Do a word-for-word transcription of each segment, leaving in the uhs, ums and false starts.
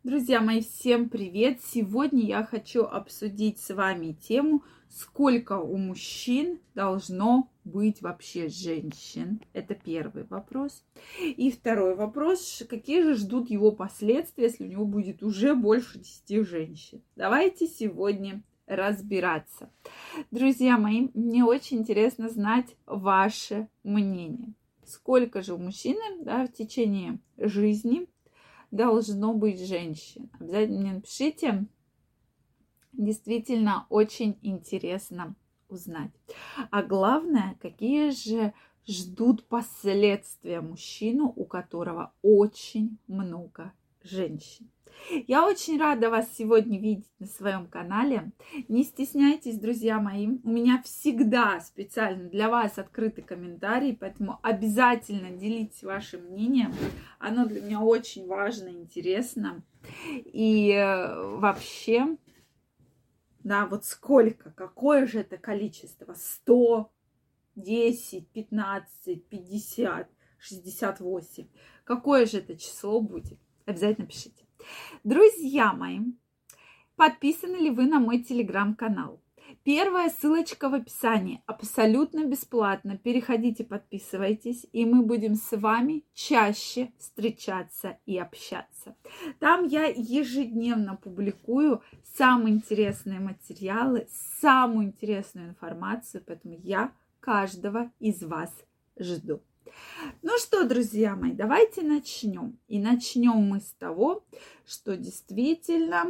Друзья мои, всем привет! Сегодня я хочу обсудить с вами тему, сколько у мужчин должно быть вообще женщин. Это первый вопрос. И второй вопрос, какие же ждут его последствия, если у него будет уже больше десяти женщин. Давайте сегодня разбираться. Друзья мои, мне очень интересно знать ваше мнение. Сколько же у мужчины, да, в течение жизни должно быть женщин? Обязательно мне напишите. Действительно очень интересно узнать. А главное, какие же ждут последствия мужчину, у которого очень много женщин. Я очень рада вас сегодня видеть на своем канале. Не стесняйтесь, друзья мои. У меня всегда специально для вас открыты комментарии, поэтому обязательно делитесь вашим мнением. Оно для меня очень важно, интересно. И вообще, да, вот сколько, какое же это количество? сто, десять, пятнадцать, пятьдесят, шестьдесят восемь. Какое же это число будет? Обязательно пишите. Друзья мои, подписаны ли вы на мой телеграм-канал? Первая ссылочка в описании, абсолютно бесплатно. Переходите, подписывайтесь, и мы будем с вами чаще встречаться и общаться. Там я ежедневно публикую самые интересные материалы, самую интересную информацию, поэтому я каждого из вас жду. Ну что, друзья мои, давайте начнем. И начнем мы с того, что действительно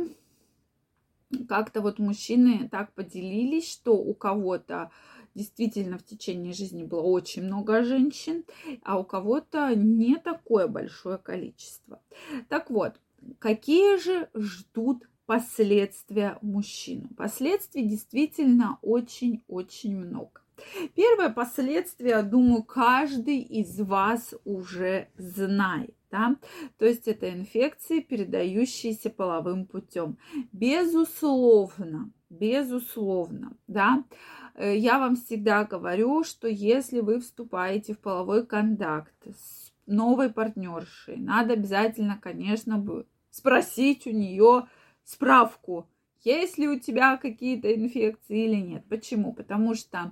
как-то вот мужчины так поделились, что у кого-то действительно в течение жизни было очень много женщин, а у кого-то не такое большое количество. Так вот, какие же ждут последствия мужчину? Последствий действительно очень-очень много. Первое последствие, думаю, каждый из вас уже знает. Да? То есть это инфекции, передающиеся половым путем. Безусловно, безусловно, да, я вам всегда говорю, что если вы вступаете в половой контакт с новой партнершей, надо обязательно, конечно, спросить у нее справку, есть ли у тебя какие-то инфекции или нет. Почему? Потому что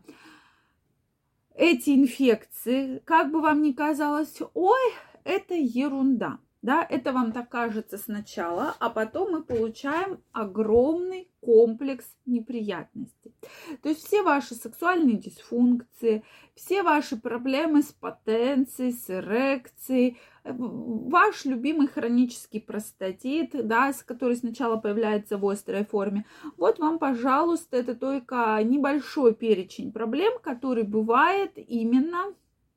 эти инфекции, как бы вам ни казалось, ой, это ерунда, да, это вам так кажется сначала, а потом мы получаем огромный комплекс неприятностей. То есть все ваши сексуальные дисфункции, все ваши проблемы с потенцией, с эрекцией, ваш любимый хронический простатит, да, который сначала появляется в острой форме. Вот вам, пожалуйста, это только небольшой перечень проблем, который бывает именно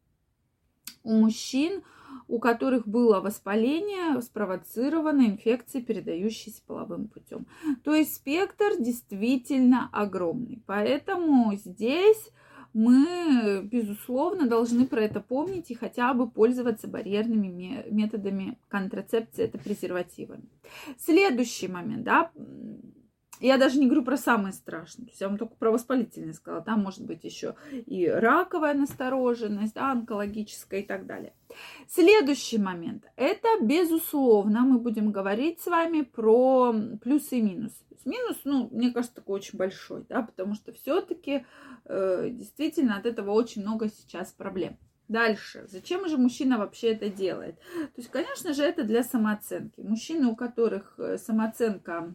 у мужчин, у которых было воспаление, спровоцированное инфекцией, передающейся половым путем. То есть спектр действительно огромный. Поэтому здесь мы, безусловно, должны про это помнить и хотя бы пользоваться барьерными методами контрацепции, это презервативами. Следующий момент, да, я даже не говорю про самые страшные, то есть я вам только про воспалительные сказала, там может быть еще и раковая настороженность, да, онкологическая и так далее. Следующий момент, это безусловно, мы будем говорить с вами про плюсы и минусы. Минус, ну, мне кажется, такой очень большой, да, потому что все-таки э, действительно от этого очень много сейчас проблем. Дальше. Зачем же мужчина вообще это делает? То есть, конечно же, это для самооценки. Мужчины, у которых самооценка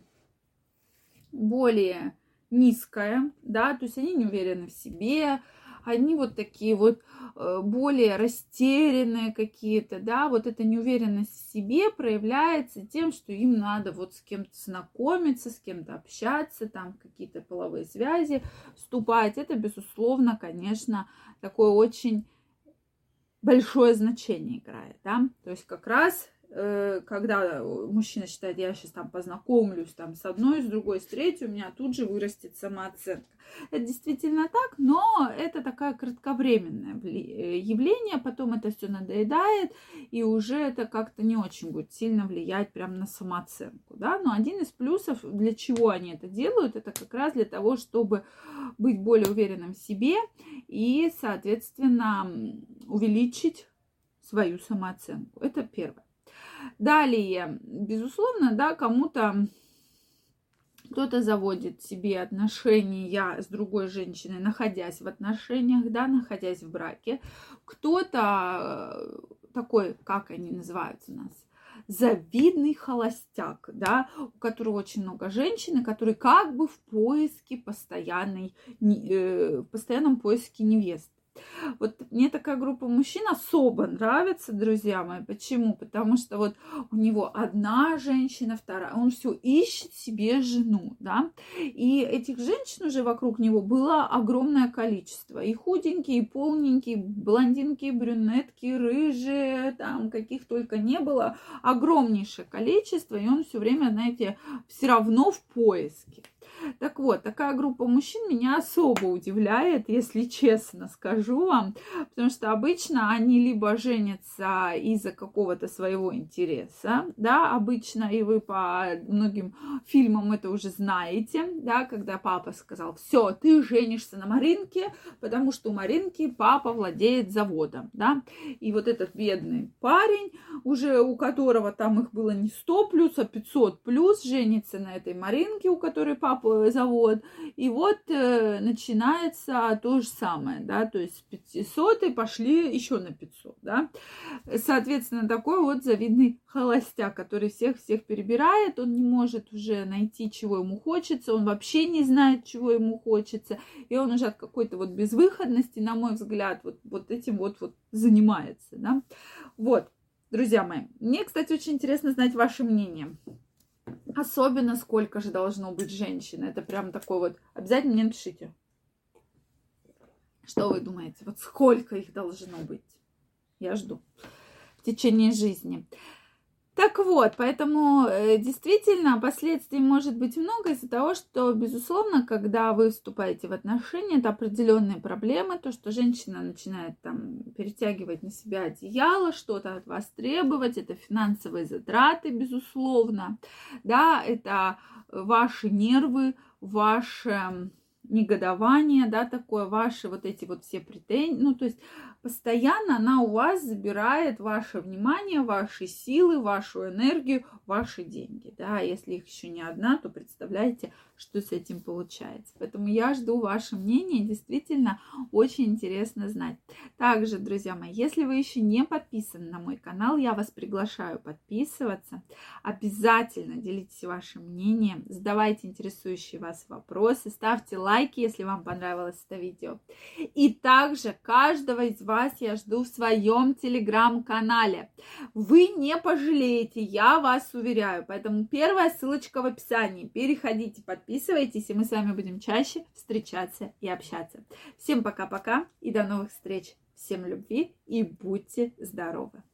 более низкая, да, то есть они не уверены в себе, они вот такие вот более растерянные какие-то, да, вот эта неуверенность в себе проявляется тем, что им надо вот с кем-то знакомиться, с кем-то общаться, там какие-то половые связи вступать. Это, безусловно, конечно, такое очень большое значение играет, да, то есть как раз когда мужчина считает, я сейчас там познакомлюсь там с одной, с другой, с третьей, у меня тут же вырастет самооценка. Это действительно так, но это такая кратковременное явление, потом это все надоедает, и уже это как-то не очень будет сильно влиять прямо на самооценку, да. Но один из плюсов, для чего они это делают, это как раз для того, чтобы быть более уверенным в себе и, соответственно, увеличить свою самооценку. Это первое. Далее, безусловно, да, кому-то кто-то заводит себе отношения с другой женщиной, находясь в отношениях, да, находясь в браке. Кто-то такой, как они называются у нас, завидный холостяк, да, у которого очень много женщин, который как бы в поиске постоянной, э, в постоянном поиске невесты. Вот мне такая группа мужчин особо нравится, друзья мои. Почему? Потому что вот у него одна женщина, вторая. Он все ищет себе жену, да. И этих женщин уже вокруг него было огромное количество. И худенькие, и полненькие, блондинки, и брюнетки, и рыжие, там каких только не было. Огромнейшее количество. И он все время, знаете, все равно в поиске. Так вот, такая группа мужчин меня особо удивляет, если честно скажу вам, потому что обычно они либо женятся из-за какого-то своего интереса, да, обычно, и вы по многим фильмам это уже знаете, да, когда папа сказал: все, ты женишься на Маринке, потому что у Маринки папа владеет заводом, да, и вот этот бедный парень, уже у которого там их было не сто плюс, а пятьсот плюс, женится на этой Маринке, у которой папа завод, и вот э, начинается то же самое, да, то есть с пятисот пошли еще на пятьсот, да, соответственно, такой вот завидный холостяк, который всех-всех перебирает, он не может уже найти, чего ему хочется, он вообще не знает, чего ему хочется, и он уже от какой-то вот безвыходности, на мой взгляд, вот, вот этим вот, вот занимается, да, вот, друзья мои, мне, кстати, очень интересно знать ваше мнение. Особенно сколько же должно быть женщин. Это прям такой вот... Обязательно мне напишите. Что вы думаете? Вот сколько их должно быть? Я жду. В течение жизни. Так вот, поэтому действительно последствий может быть много из-за того, что, безусловно, когда вы вступаете в отношения, это определенные проблемы, то, что женщина начинает там перетягивать на себя одеяло, что-то от вас требовать, это финансовые затраты, безусловно, да, это ваши нервы, ваше негодование, да, такое, ваши вот эти вот все претензии, ну, то есть постоянно она у вас забирает ваше внимание, ваши силы, вашу энергию, ваши деньги, да, если их еще не одна, то представляете, что с этим получается. Поэтому я жду ваше мнение, действительно очень интересно знать. Также, друзья мои, если вы еще не подписаны на мой канал, я вас приглашаю подписываться, обязательно делитесь вашим мнением, задавайте интересующие вас вопросы, ставьте лайки, если вам понравилось это видео. И также каждого из вас я жду в своем телеграм-канале. Вы не пожалеете, я вас уверяю. Поэтому первая ссылочка в описании. Переходите, подписывайтесь, и мы с вами будем чаще встречаться и общаться. Всем пока-пока и до новых встреч. Всем любви и будьте здоровы!